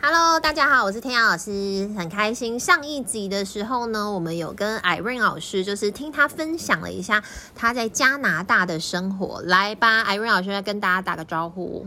Hello， 大家好，我是天瑶老师，很开心。上一集的时候呢，我们有跟 Irene 老师，就是听她分享了一下她在加拿大的生活。来吧 ，Irene 老师来跟大家打个招呼。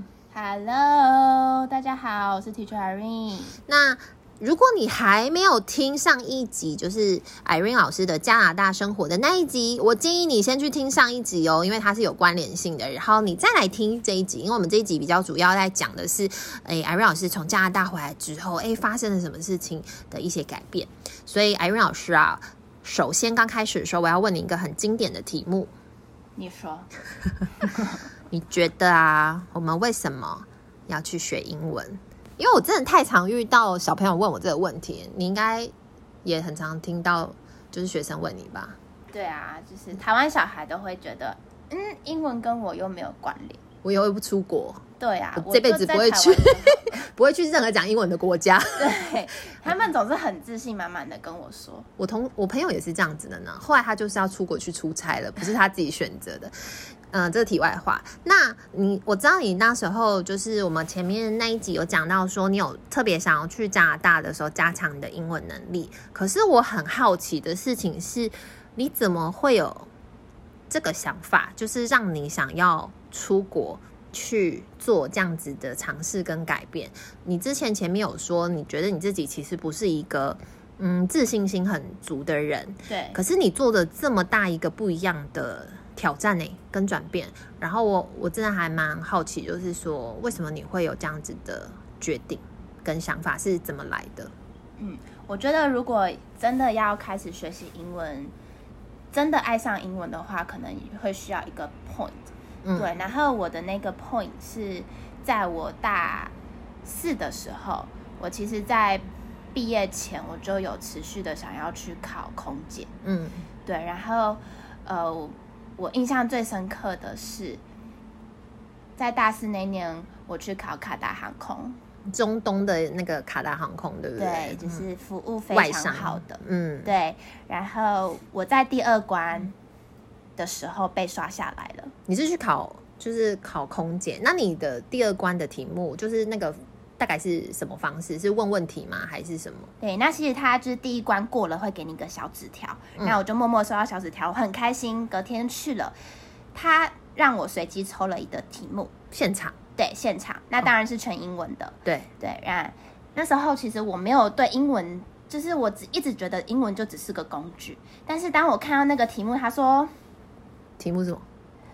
Hello， 大家好，我是 Teacher Irene。 那如果你还没有听上一集，就是 Irene 老师的加拿大生活的那一集，我建议你先去听上一集哦，因为它是有关联性的。然后你再来听这一集，因为我们这一集比较主要在讲的是，Irene 老师从加拿大回来之后，发生了什么事情的一些改变。所以 Irene 老师啊，首先刚开始的时候，我要问你一个很经典的题目。 你说， 你觉得啊，我们为什么要去学英文？因为我真的太常遇到小朋友问我这个问题，你应该也很常听到，就是学生问你吧？ 对啊，就是台湾小孩都会觉得，英文跟我又没有关联， 我以后又不出国， 对啊， 我这辈子不会去，不会去任何讲英文的国家。 对，他们总是很自信满满的跟我说， 我朋友也是这样子的呢，后来他就是要出国去出差了，不是他自己选择的。这个题外话，那我知道你那时候就是我们前面那一集有讲到说，你有特别想要去加拿大的时候加强你的英文能力。可是我很好奇的事情是，你怎么会有这个想法，就是让你想要出国去做这样子的尝试跟改变？你之前面有说，你觉得你自己其实不是一个自信心很足的人， 对， 可是你做的这么大一个不一样的挑战跟转变，然后我真的还蛮好奇，就是说为什么你会有这样子的决定跟想法，是怎么来的？ 我觉得如果真的要开始学习英文，真的爱上英文的话，可能会需要一个 point，对，然后我的那个 point 是在我大4的时候，我其实在毕业前我就有持续的想要去考空姐，对，然后我印象最深刻的是，在大4那年，我去考卡达航空， 中东的那个卡达航空，对不对？ 对，就是服务非常好的，对。然后我在第2关的时候被刷下来了。 你是去考空姐？那你的第2关的题目就是那个大概是什么方式？是问问题吗？还是什么？ 对，那其实他就是第1关过了会给你一个小纸条，那我就默默收到小纸条，我很开心。隔天去了，他让我随机抽了一个题目， 现场， 对，现场，那当然是全英文的， 对。 那时候其实我没有对英文，就是我一直觉得英文就只是个工具，但是当我看到那个题目，他说， 题目是什么？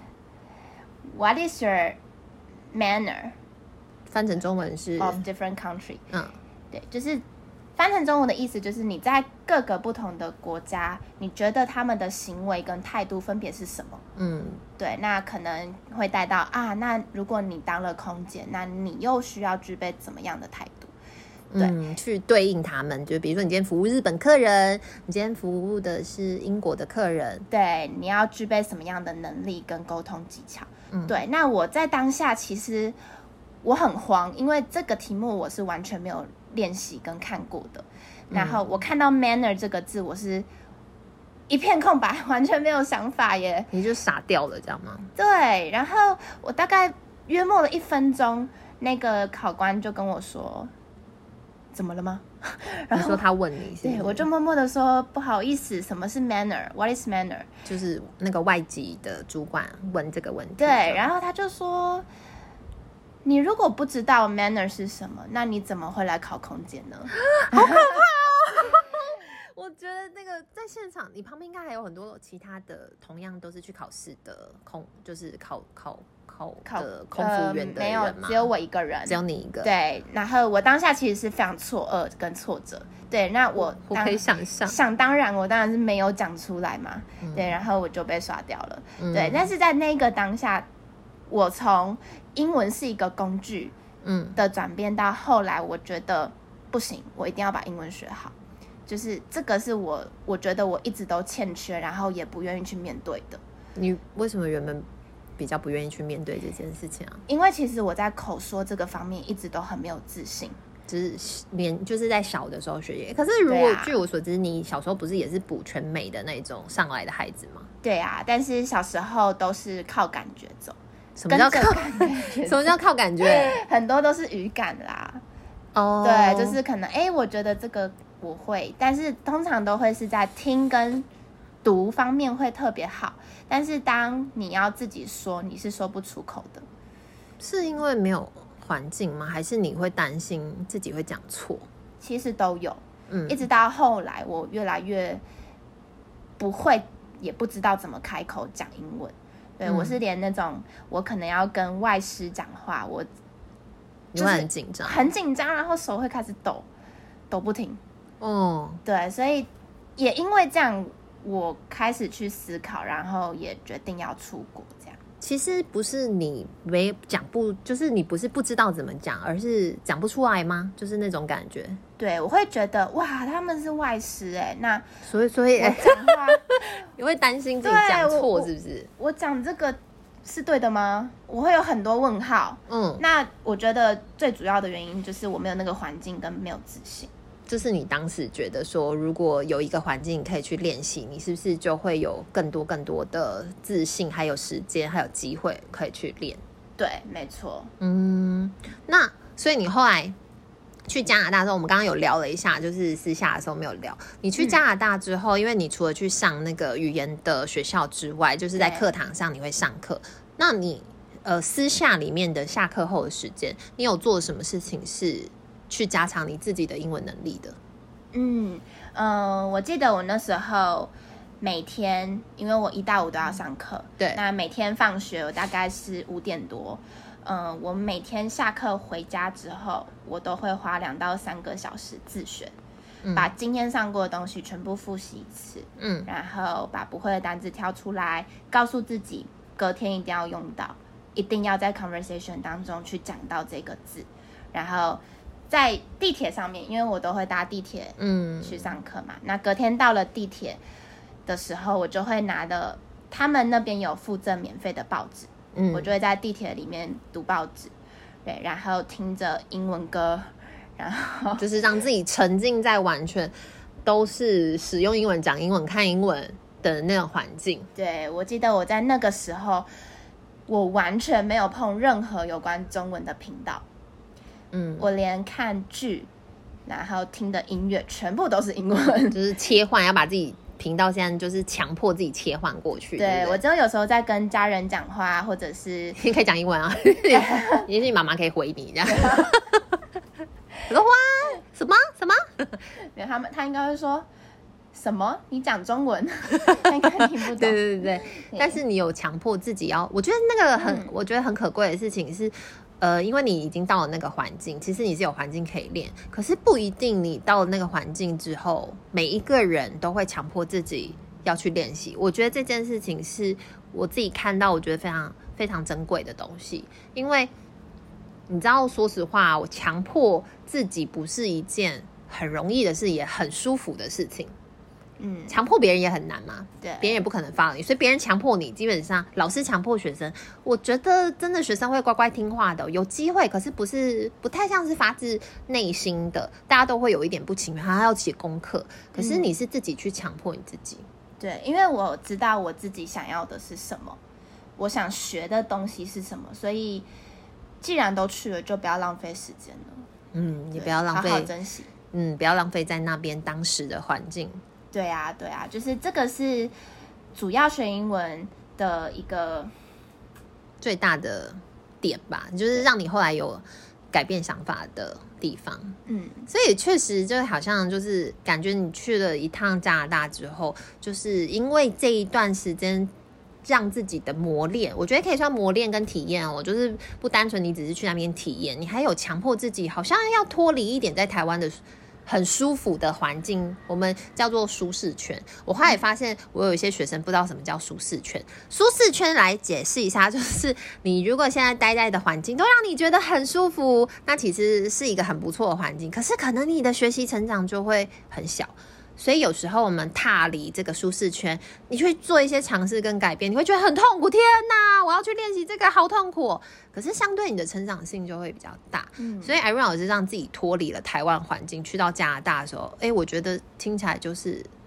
What is your manner？ 翻成中文是 of different country，对，就是翻成中文的意思就是你在各个不同的国家，你觉得他们的行为跟态度分别是什么？对，那可能会带到那如果你当了空姐，那你又需要具备怎么样的态度？对， 去对应他们，就比如说你今天服务日本客人，你今天服务的是英国的客人， 对，你要具备什么样的能力跟沟通技巧？对，那我在当下其实我很慌，因为这个题目我是完全没有练习跟看过的，然后我看到 manner 这个字，我是一片空白，完全没有想法耶， 你就傻掉了，这样吗？ 对，然后我大概约莫了1分钟，那个考官就跟我说，怎么了吗？ 然后你说他问你是不是？ 对，我就默默的说不好意思，什么是 manner？What is manner？ 就是那个外籍的主管问这个问题。 对，然后他就说，你如果不知道 manner 是什么，那你怎么会来考空姐呢？ 好可怕哦！我觉得那个在现场，你旁边应该还有很多其他的，同样都是去考试的就是考的空服员的人吗？ 没有，只有我一个人， 只有你一个。 对，然后我当下其实是非常错愕跟挫折。对，那我可以想象， 想当然，我当然是没有讲出来嘛。对，然后我就被刷掉了。对，但是在那个当下，我从英文是一个工具的转变到后来，我觉得不行，我一定要把英文学好。就是这个是我觉得我一直都欠缺，然后也不愿意去面对的。 你为什么原本比较不愿意去面对这件事情啊？ 因为其实我在口说这个方面一直都很没有自信， 就是在小的时候学业。可是如果据我所知，你小时候不是也是补全美的那种上来的孩子吗？ 对啊，但是小时候都是靠感觉走。 什么叫靠感觉？什么叫靠感觉？ 很多都是语感啦。 哦， 对，就是可能我觉得这个我会，但是通常都会是在听跟读方面会特别好，但是当你要自己说，你是说不出口的。 是因为没有环境吗？还是你会担心自己会讲错？ 其实都有，一直到后来我越来越不会，也不知道怎么开口讲英文。对，我是连那种我可能要跟外师讲话， 你会很紧张， 很紧张，然后手会开始抖不停。 哦， 对，所以也因为这样，我开始去思考，然后也决定要出国。这样其实不是你没讲不，就是你不是不知道怎么讲，而是讲不出来吗？就是那种感觉。 对，我会觉得哇，他们是外师那所以我讲话你会担心自己讲错是不是？ 我讲这个是对的吗？我会有很多问号。那我觉得最主要的原因就是我没有那个环境跟没有自信。 就是你当时觉得说，如果有一个环境可以去练习，你是不是就会有更多的自信，还有时间，还有机会可以去练？ 对，没错。 那所以你后来去加拿大之后，我们刚刚有聊了一下，就是私下的时候没有聊。你去加拿大之后，因为你除了去上那个语言的学校之外，就是在课堂上你会上课。那你私下里面的下课后的时间，你有做什么事情是去加强你自己的英文能力的？ 我记得我那时候每天，因为我1到5都要上课， 对， 那每天放学我大概是5点多。我每天下课回家之后，我都会花2到3个小时自学，把今天上过的东西全部复习一次，然后把不会的单字挑出来，告诉自己隔天一定要用到，一定要在 conversation 当中去讲到这个字，然后在地铁上面，因为我都会搭地铁去上课嘛，那隔天到了地铁的时候，我就会拿的他们那边有附赠免费的报纸，我就会在地铁里面读报纸，对，然后听着英文歌，然后就是让自己沉浸在完全都是使用英文、讲英文、看英文的那种环境。 对，我记得我在那个时候，我完全没有碰任何有关中文的频道，我连看剧，然后听的音乐全部都是英文， 就是切换，要把自己频道现在就是强迫自己切换过去。对， 我只有时候在跟家人讲话，或者是你可以讲英文啊，也许妈妈可以回你这样。我说哇，什么？ 他应该会说什么？你讲中文，他应该听不懂。 对。但是你有强迫自己要，我觉得那个我觉得很可贵的事情是。因为你已经到了那个环境，其实你是有环境可以练，可是不一定你到了那个环境之后，每一个人都会强迫自己要去练习。我觉得这件事情是我自己看到，我觉得非常非常珍贵的东西。因为你知道，说实话，我强迫自己不是一件很容易的事，也很舒服的事情。强迫别人也很难嘛，对，别人也不可能放你，所以别人强迫你，基本上老师强迫学生，我觉得真的学生会乖乖听话的，有机会，可是不太像是发自内心的，大家都会有一点不情愿，他要写功课，可是你是自己去强迫你自己。 对，因为我知道我自己想要的是什么，我想学的东西是什么，所以既然都去了，就不要浪费时间了。 也不要浪费， 好好珍惜。 不要浪费在那边当时的环境。 对啊，就是这个是主要学英文的一个最大的点吧，就是让你后来有改变想法的地方。所以确实就好像就是感觉你去了一趟加拿大之后，就是因为这一段时间让自己的磨练，我觉得可以算磨练跟体验哦，就是不单纯你只是去那边体验，你还有强迫自己好像要脱离一点在台湾的很舒服的环境，我们叫做舒适圈。我后来发现我有一些学生不知道什么叫舒适圈。舒适圈来解释一下，就是你如果现在待在的环境都让你觉得很舒服，那其实是一个很不错的环境，可是可能你的学习成长就会很小。所以有时候我们踏离这个舒适圈，你去做一些尝试跟改变，你会觉得很痛苦，天哪，我要去练习这个好痛苦可是相对你的成长性就会比较大。所以 Irene 老师让自己脱离了台湾环境，去到加拿大的时候，我觉得听起来就是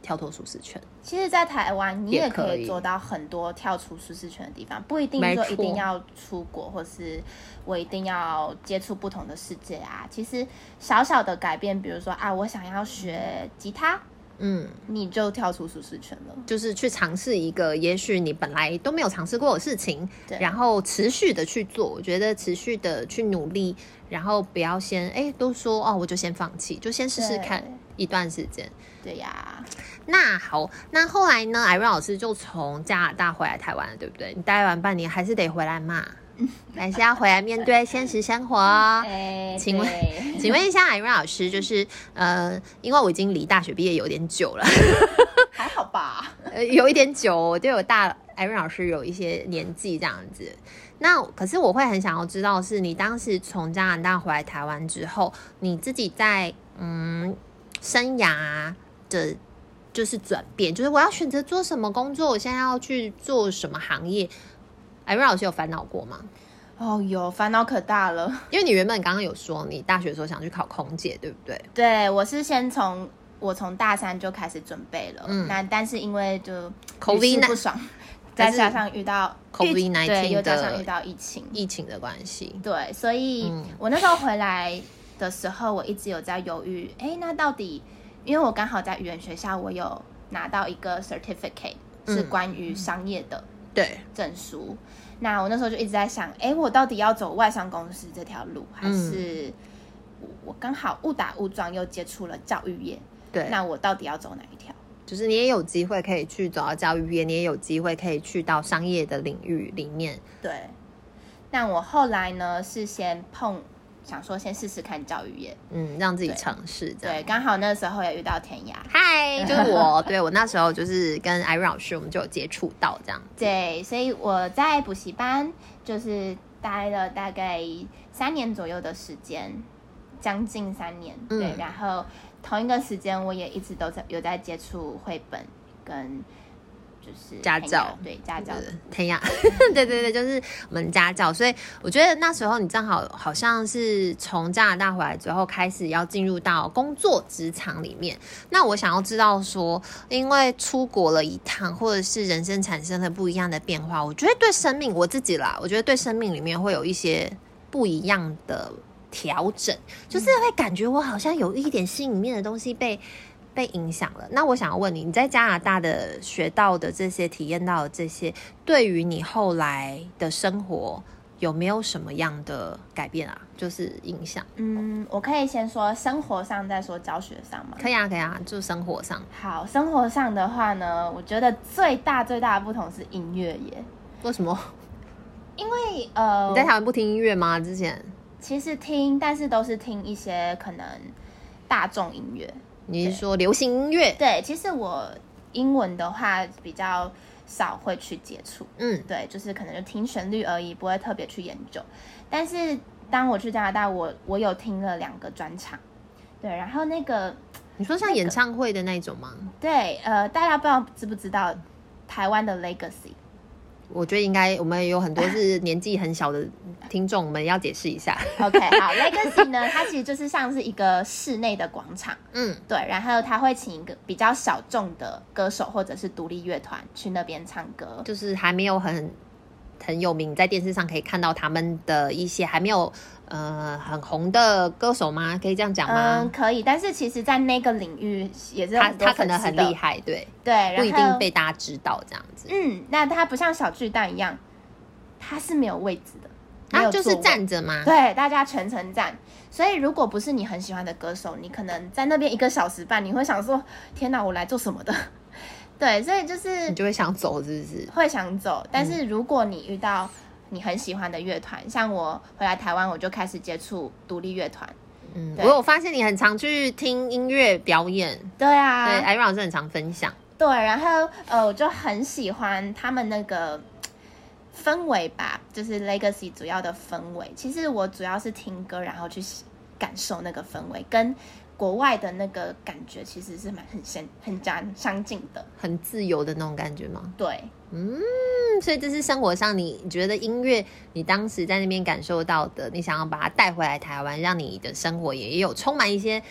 跳脱舒适圈？ 其实，在台湾你也可也可以以做到很多跳出舒适圈的地方，不一定说一定要出国，或是我一定要接触不同的世界啊。其实小小的改变，比如说啊，我想要学吉他，你就跳出舒适圈了， 就是去尝试一个也许你本来都没有尝试过的事情，然后持续的去做。我觉得持续的去努力，然后不要先都说我就先放弃，就先试试看一段时间。 对呀。 那好，那后来呢？Irene 老师就从加拿大回来台湾了，对不对？你待完半年还是得回来嘛，还是要回来面对现实生活。请问一下，Irene 老师，就是因为我已经离大学毕业有点久了， 还好吧？ 有一点久，对我大 Irene 老师有一些年纪这样子。那可是我会很想要知道，是你当时从加拿大回来台湾之后，你自己在生涯的就是转变，就是我要选择做什么工作，我现在要去做什么行业。Irene 老师有烦恼过吗？ 有烦恼可大了。 因为你原本刚刚有说你大学的时候想去考空姐，对不对？ 对，我是我从大三就开始准备了，但是因为就 COVID 不爽，再加上遇到 COVID-19 对，又加上遇到疫情的关系， 对，所以我那时候回来的时候，我一直有在犹豫，那到底，因为我刚好在语言学校，我有拿到一个 certificate 是关于商业的证书，那我那时候就一直在想，我到底要走外商公司这条路，还是我刚好误打误撞又接触了教育业，对，那我到底要走哪一条？ 就是你也有机会可以去走到教育业，你也有机会可以去到商业的领域里面。 对，那我后来呢是想说先试试看教育业， 让自己尝试。 对，刚好那时候也遇到天涯， 嗨，就是我，对，我那时候就是跟 Irene 老师我们就有接触到这样。 对，所以我在补习班就是待了大概3年左右的时间，将近3年。对，然后同一个时间我也一直都有在接触绘本跟就是家教， 对，家教的天涯对，就是我们家教。所以我觉得那时候你正好像是从加拿大回来之后开始要进入到工作职场里面。那我想要知道说，因为出国了一趟，或者是人生产生了不一样的变化，我觉得对生命，我自己啦，我觉得对生命里面会有一些不一样的调整，就是会感觉我好像有一点心里面的东西被影响了。那我想要问你，你在加拿大的学到的这些、体验到的这些，对于你后来的生活有没有什么样的改变啊？就是影响。 我可以先说生活上，再说教学上吗？ 可以啊，就生活上。 好，生活上的话呢，我觉得最大的不同是音乐耶。 为什么？ 因为你在台湾不听音乐吗？之前其实听，但是都是听一些可能大众音乐。 你是说流行音乐？ 对，其实我英文的话比较少会去接触，对，就是可能就听旋律而已，不会特别去研究。但是当我去加拿大，我有听了2个专场，对，然后那个你说像演唱会的那种吗？ 对，大家不知道知不知道台湾的 Legacy？ 我觉得应该我们有很多是年纪很小的听众，我们要解释一下。 OK， 好，Legacy 呢，它其实就是像是一个室内的广场，对，然后他会请一个比较小众的歌手或者是独立乐团去那边唱歌， 就是还没有很有名，在电视上可以看到他们的一些还没有很红的歌手吗？可以这样讲吗？ 可以，但是其实在那个领域也是很多他可能很厉害，对， 然后不一定被大家知道这样子。 那他不像小巨蛋一样，他是没有位置的， 他就是站着吗？ 对，大家全程站。所以如果不是你很喜欢的歌手，你可能在那边1个小时半，你会想说：天哪，我来做什么的？对，所以就是你就会想走，是不是？ 会想走，但是如果你遇到你很喜欢的乐团，像我回来台湾，我就开始接触独立乐团。 我有发现你很常去听音乐表演。 对啊， 对，Irene老师很常分享。 对，然后我就很喜欢他们那个氛围吧，就是 Legacy 主要的氛围。其实我主要是听歌，然后去感受那个氛围，跟国外的那个感觉其实是很相近的， 很自由的那种感觉吗？ 对， 所以这是生活上你觉得音乐你当时在那边感受到的，你想要把它带回来台湾，让你的生活也有充满一些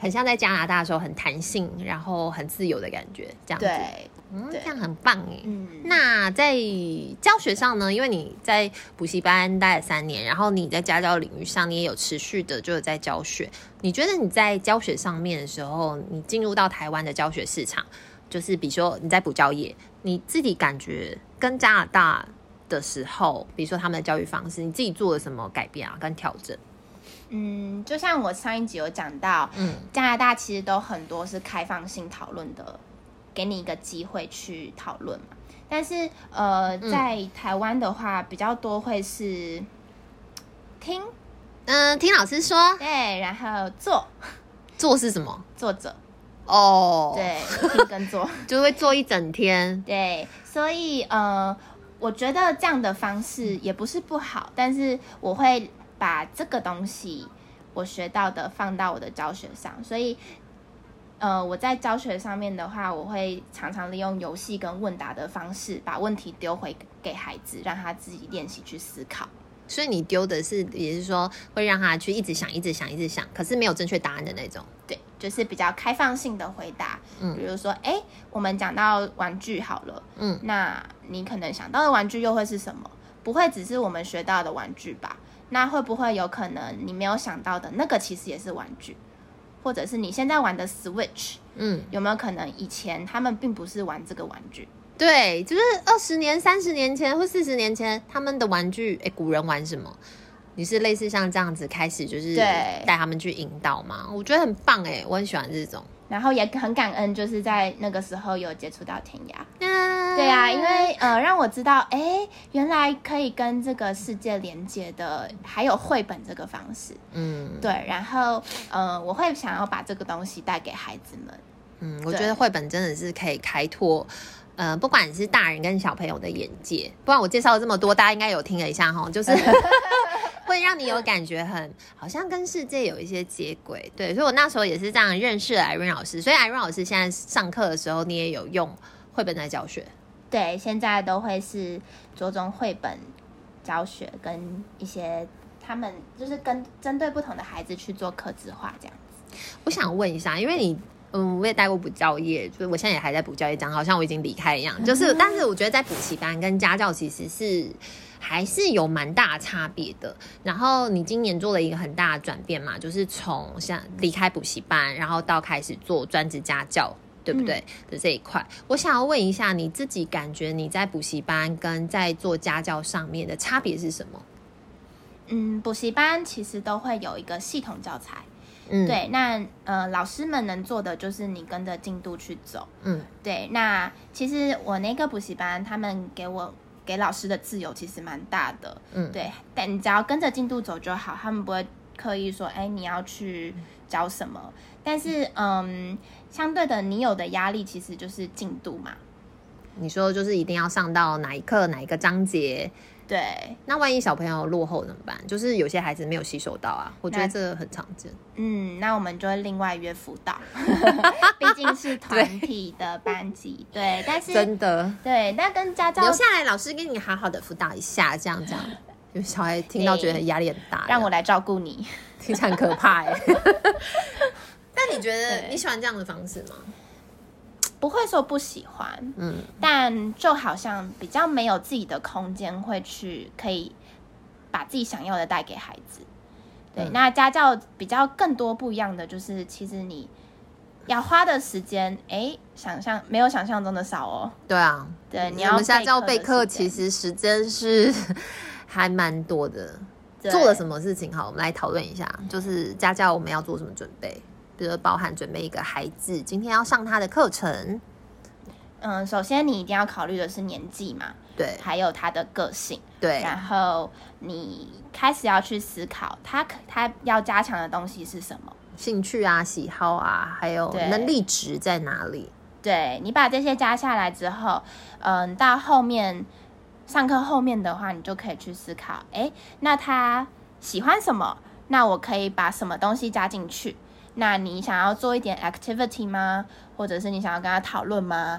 很像在加拿大的时候很弹性，然后很自由的感觉，这样子。 对， 这样很棒耶。那在教学上呢？因为你在补习班待了3年，然后你在家教领域上你也有持续的就有在教学。你觉得你在教学上面的时候，你进入到台湾的教学市场，就是比如说你在补教业，你自己感觉跟加拿大的时候，比如说他们的教育方式，你自己做了什么改变啊，跟调整？ 就像我上一集有讲到，加拿大其实都很多是开放性讨论的，给你一个机会去讨论嘛。但是在台湾的话，比较多会是听老师说， 对，然后做是什么？ 坐着对， 听跟做， 就会做一整天。 对，所以我觉得这样的方式也不是不好，但是我会把这个东西我学到的放到我的教学上，所以我在教学上面的话，我会常常利用游戏跟问答的方式，把问题丢回给孩子，让他自己练习去思考。 所以你丢的是，也是说会让他去一直想，可是没有正确答案的那种。 对，就是比较开放性的回答。比如说，我们讲到玩具好了，那你可能想到的玩具又会是什么？不会只是我们学到的玩具吧？那会不会有可能你没有想到的那个其实也是玩具？或者是你现在玩的 Switch，有没有可能以前他们并不是玩这个玩具？ 对，就是20年、30年前或40年前他们的玩具，古人玩什么？你是类似像这样子开始就是带他们去引导吗？我觉得很棒我很喜欢这种。 然后也很感恩，就是在那个时候有接触到填鸭。对啊，因为让我知道，原来可以跟这个世界连接的还有绘本这个方式。对，然后我会想要把这个东西带给孩子们。 我觉得绘本真的是可以开拓不管是大人跟小朋友的眼界。不然我介绍了这么多，大家应该有听了一下齁，就是会让你有感觉好像跟世界有一些接轨。对，所以我那时候也是这样认识了Irene老师。所以Irene老师现在上课的时候，你也有用绘本在教学？ 对，现在都会是着重绘本教学，跟一些他们就是跟针对不同的孩子去做客制化这样子。 我想问一下，因为你我也待过补教业，所以我现在也还在补教业，讲好像我已经离开一样。但是我觉得在补习班跟家教其实还是有蛮大差别的。然后你今年做了一个很大的转变嘛，就是从像离开补习班，然后到开始做专职家教，对不对？的这一块，我想要问一下，你自己感觉你在补习班跟在做家教上面的差别是什么？ 补习班其实都会有一个系统教材。对，那老师们能做的就是你跟着进度去走。对，那其实我那个补习班，他们给老师的自由其实蛮大的。对，但你只要跟着进度走就好，他们不会刻意说，你要去教什么。但是相对的，你有的压力其实就是进度嘛。 你说就是一定要上到哪一课哪一个章节。 对， 那万一小朋友落后怎么办？就是有些孩子没有吸收到啊，我觉得这个很常见。 那我们就会另外约辅导，毕竟是团体的班级。对，但是真的对，那跟家教留下来，老师给你好好的辅导一下，这样，有小孩听到觉得压力很大， 让我来照顾你， 听起来很可怕但你觉得你喜欢这样的方式吗？ 不会说不喜欢，但就好像比较没有自己的空间，会去可以把自己想要的带给孩子。对，那家教比较更多不一样的就是，其实你要花的时间，没有想象中的少哦。 对啊， 对，你要我们家教备课，其实时间是还蛮多的。做了什么事情？好，我们来讨论一下，就是家教我们要做什么准备？比如包含准备一个孩子今天要上他的课程。 首先你一定要考虑的是年纪嘛， 对， 还有他的个性， 对， 然后你开始要去思考他要加强的东西是什么， 兴趣啊、喜好啊，还有能力值在哪里。 对，你把这些加下来之后，到后面上课后面的话，你就可以去思考，那他喜欢什么？那我可以把什么东西加进去？那你想要做一点 activity 吗？或者是你想要跟他讨论吗？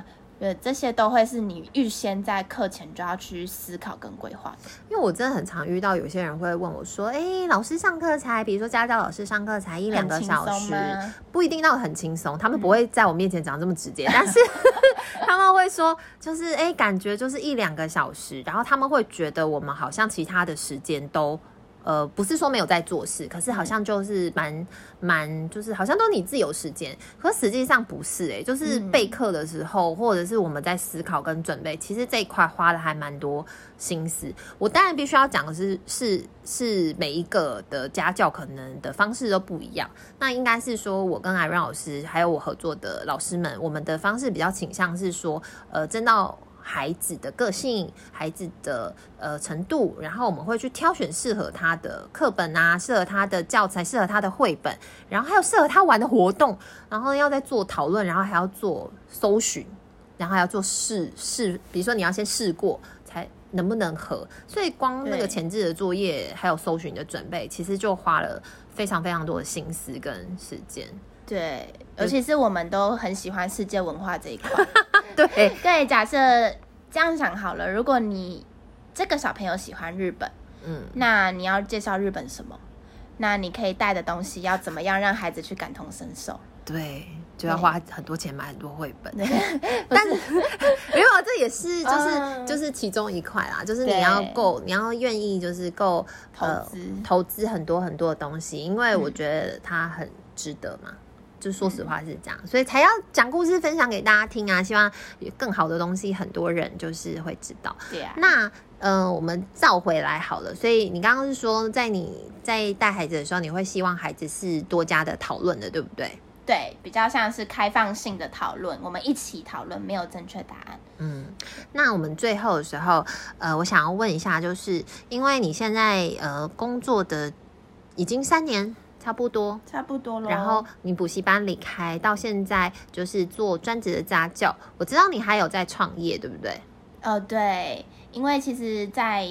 对，这些都会是你预先在课前就要去思考跟规划的。 因为我真的很常遇到有些人会问我说，老师上课才，比如说家教老师上课才1-2个小时，不一定到很轻松，他们不会在我面前讲这么直接，但是他们会说，就是感觉就是1-2个小时，然后他们会觉得我们好像其他的时间都不是说没有在做事，可是好像就是就是好像都你自由时间，可实际上不是就是备课的时候，或者是我们在思考跟准备，其实这一块花了还蛮多心思。我当然必须要讲的是每一个的家教可能的方式都不一样，那应该是说我跟Irene老师还有我合作的老师们，我们的方式比较倾向是说真到孩子的个性、孩子的程度，然后我们会去挑选适合他的课本啊，适合他的教材，适合他的绘本，然后还有适合他玩的活动，然后要再做讨论，然后还要做搜寻，然后还要做试，比如说你要先试过才能不能合，所以光那个前置的作业还有搜寻的准备，其实就花了非常非常多的心思跟时间。 对，尤其是我们都很喜欢世界文化这一块。 对， 假设这样想好了，如果你这个小朋友喜欢日本，那你要介绍日本什么？那你可以带的东西要怎么样让孩子去感同身受？ 对，就要花很多钱买很多绘本。但是没有，这也是就是其中一块啦，就是你要愿意就是够投资很多很多的东西，因为我觉得它很值得嘛。就说实话是这样，所以才要讲故事分享给大家听啊！希望有更好的东西，很多人就是会知道。 对啊。 那我们照回来好了。所以你刚刚是说，你在带孩子的时候，你会希望孩子是多加的讨论的，对不对？ 对，比较像是开放性的讨论，我们一起讨论，没有正确答案。 那我们最后的时候，我想要问一下，就是因为你现在工作的已经3年。差不多咯。 然后你补习班离开到现在，就是做专职的家教。我知道你还有在创业，对不对？ 对，因为其实在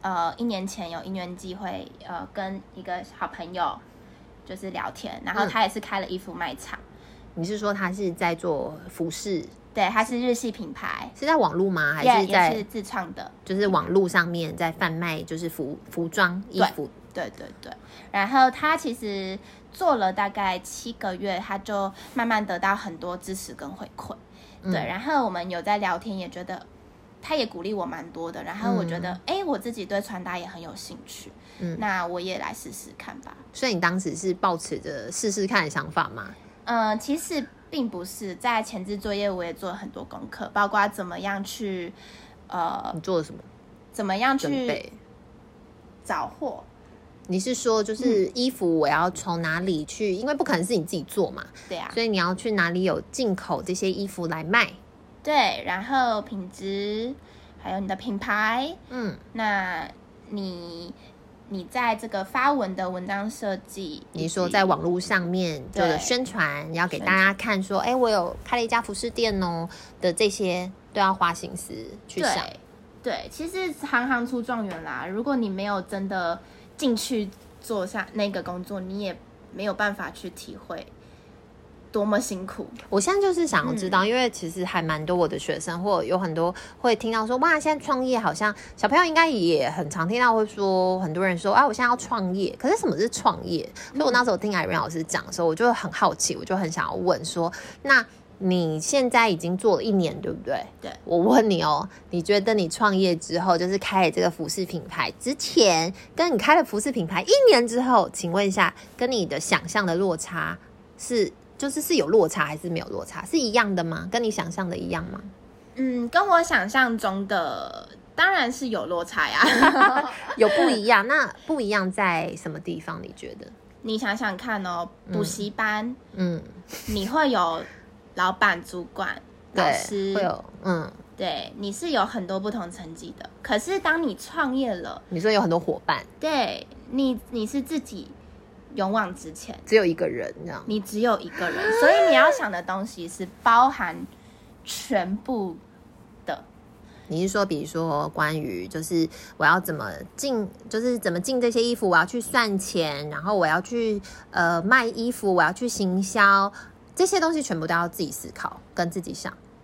1年前有因缘机会，跟一个好朋友就是聊天，然后他也是开了衣服卖场。 你是说他是在做服饰？ 对，他是日系品牌。 是在网路吗？还是也是自创的？ 就是网路上面在贩卖，就是服装衣服。 对，然后他其实做了大概7个月，他就慢慢得到很多支持跟回馈。对，然后我们有在聊天，也觉得他也鼓励我蛮多的。然后我觉得，我自己对穿搭也很有兴趣，那我也来试试看吧。 所以你当时是抱持着试试看的想法吗？ 其实并不是，在前置作业我也做了很多功课，包括怎么样去你做了什么？ 怎么样去找货？ 你是说就是衣服我要从哪里去？因为不可能是你自己做嘛， 对啊， 所以你要去哪里有进口这些衣服来卖？ 对，然后品质，还有你的品牌，那你在这个发文的文章设计， 你说在网络上面做的宣传，你要给大家看说，我有开了一家服饰店哦的，这些都要花心思去想。 对，其实行行出状元啦，如果你没有真的进去做下那个工作，你也没有办法去体会多么辛苦。 我现在就是想要知道，因为其实还蛮多我的学生或有很多会听到说，哇，现在创业好像小朋友应该也很常听到会说，很多人说我现在要创业，可是什么是创业？所以我那时候听Irene老师讲的时候，我就很好奇，我就很想要问说，那你现在已经做了1年，对不对？ 对。 我问你哦，你觉得你创业之后，就是开了这个服饰品牌之前，跟你开了服饰品牌1年之后，请问一下，跟你的想象的落差是有落差还是没有落差？是一样的吗？跟你想象的一样吗？ 跟我想象中的当然是有落差呀。 有不一样。那不一样在什么地方？你觉得？ 你想想看哦，补习班，你会有老板、主管、老师， 会有， 对，你是有很多不同层级的。可是当你创业了， 你说有很多伙伴， 对，你是自己勇往直前， 只有一个人这样， 你只有一个人，所以你要想的东西是包含全部的。 你是说，比如说关于就是我要怎么进，就是怎么进这些衣服，我要去算钱，然后我要去卖衣服，我要去行销。这些东西全部都要自己思考跟自己想。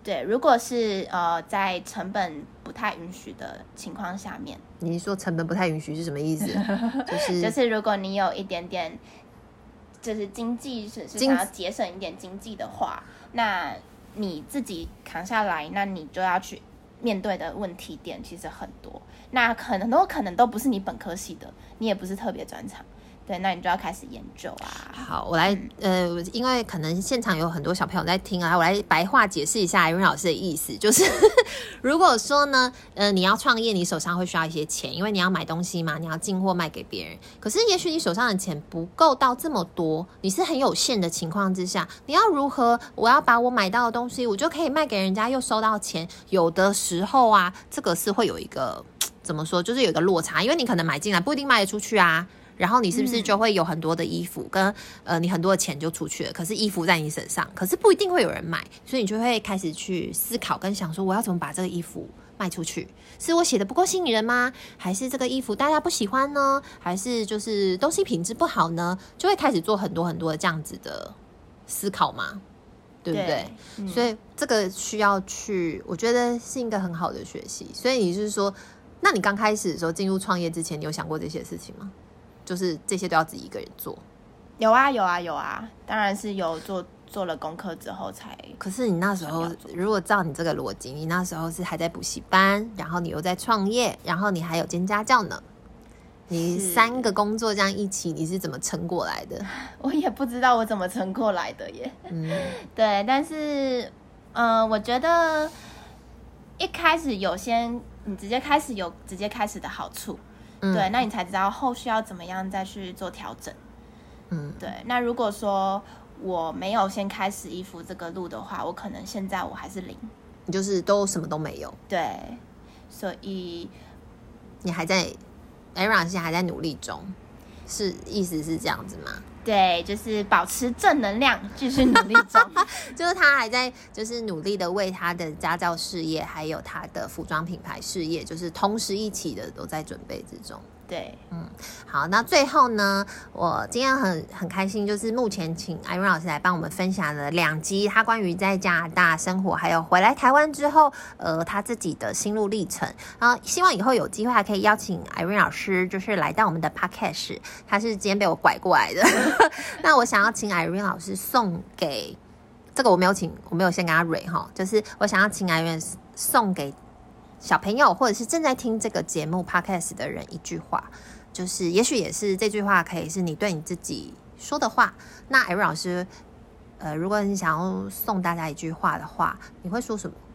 对，如果是在成本不太允许的情况下面， 你说成本不太允许是什么意思？ 就是如果你有一点点，就是经济是想要节省一点经济的话，那你自己扛下来，那你就要去面对的问题点其实很多，那可能都不是你本科系的，你也不是特别专长。对，那你就要开始研究啊。 好，我来，因为可能现场有很多小朋友在听啊，我来白话解释一下Irene老师的意思，就是如果说呢，你要创业，你手上会需要一些钱，因为你要买东西嘛，你要进货卖给别人。可是也许你手上的钱不够到这么多，你是很有限的情况之下，你要如何？我要把我买到的东西，我就可以卖给人家，又收到钱。有的时候啊，这个是会有一个怎么说，就是有一个落差，因为你可能买进来不一定卖得出去啊。然后你是不是就会有很多的衣服跟你很多的钱就出去了，可是衣服在你身上，可是不一定会有人买，所以你就会开始去思考跟想说，我要怎么把这个衣服卖出去？是我写的不够吸引人吗？还是这个衣服大家不喜欢呢？还是就是东西品质不好呢？就会开始做很多很多的这样子的思考嘛，对不对？所以这个需要去，我觉得是一个很好的学习。所以你就是说，那你刚开始的时候进入创业之前，你有想过这些事情吗？就是这些都要自己一个人做？有啊， 当然是有做了功课之后才。 可是你那时候，如果照你这个逻辑，你那时候是还在补习班，然后你又在创业，然后你还有兼家教呢，你3个工作这样一起，你是怎么撑过来的？ 我也不知道我怎么撑过来的耶。对，但是我觉得一开始你直接开始的好处。对，那你才知道后续要怎么样再去做调整。对。那如果说我没有先开始衣服这个路的话，我可能现在我还是0， 你就是都什么都没有。 对，所以你还在 Irene 现在还在努力中，意思是这样子吗？ 对，就是保持正能量，继续努力中。 就是他还在就是努力的为他的家教事业还有他的服装品牌事业，就是同时一起的都在准备之中。 对， 好，那最后呢，我今天很开心，就是目前请Irene老师来帮我们分享了2集他关于在加拿大生活，还有回来台湾之后，他自己的心路历程。然后希望以后有机会还可以邀请Irene老师，就是来到我们的 podcast， 他是今天被我拐过来的。那我想要请Irene老师送给这个我没有先跟他蕊哈，就是我想要请Irene送给小朋友或者是正在听这个节目 podcast 的人一句话，就是也许也是这句话可以是你对你自己说的话。那Irene老师如果你想要送大家一句话的话，你会说什么？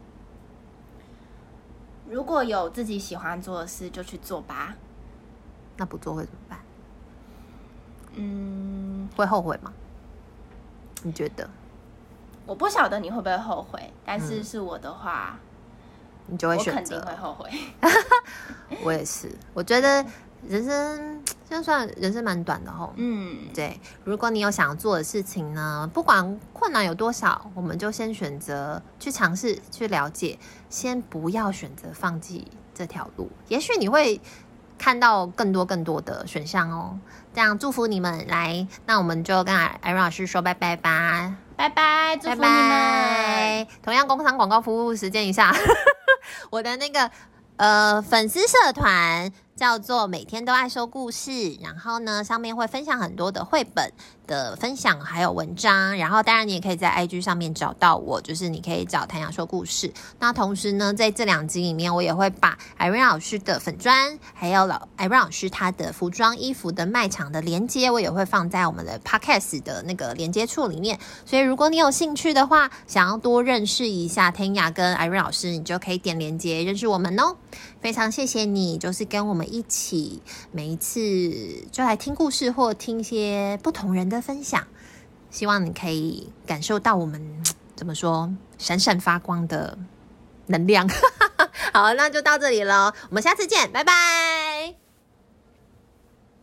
如果有自己喜欢做的事就去做吧。 那不做会怎么办？会后悔吗？你觉得？ 我不晓得你会不会后悔，但是是我的话， 你就会选择。 我肯定会后悔。 我也是，我觉得人生就算人生蛮短的吼。对，如果你有想做的事情呢，不管困难有多少，我们就先选择去尝试、去了解，先不要选择放弃这条路。也许你会看到更多的选项哦。这样祝福你们来，那我们就跟Irene老师说拜拜吧。 拜拜，祝福你们。 拜拜。同样工商广告服务时间一下，我的那个粉丝社团叫做每天都爱说故事，然后呢上面会分享很多的绘本的分享还有文章，然后当然你也可以在 IG 上面找到我，就是你可以找谭雅说故事。那同时呢在这2集里面，我也会把Irene老师的粉专还有Irene老师他的服装衣服的卖场的连接，我也会放在我们的 Podcast 的那个连接处里面。所以如果你有兴趣的话，想要多认识一下谭雅跟Irene老师，你就可以点连接认识我们哦。非常谢谢你，就是跟我们一起每一次就来听故事或听一些不同人的分享，希望你可以感受到我们怎么说闪闪发光的能量。好，那就到这里了，我们下次见，拜拜。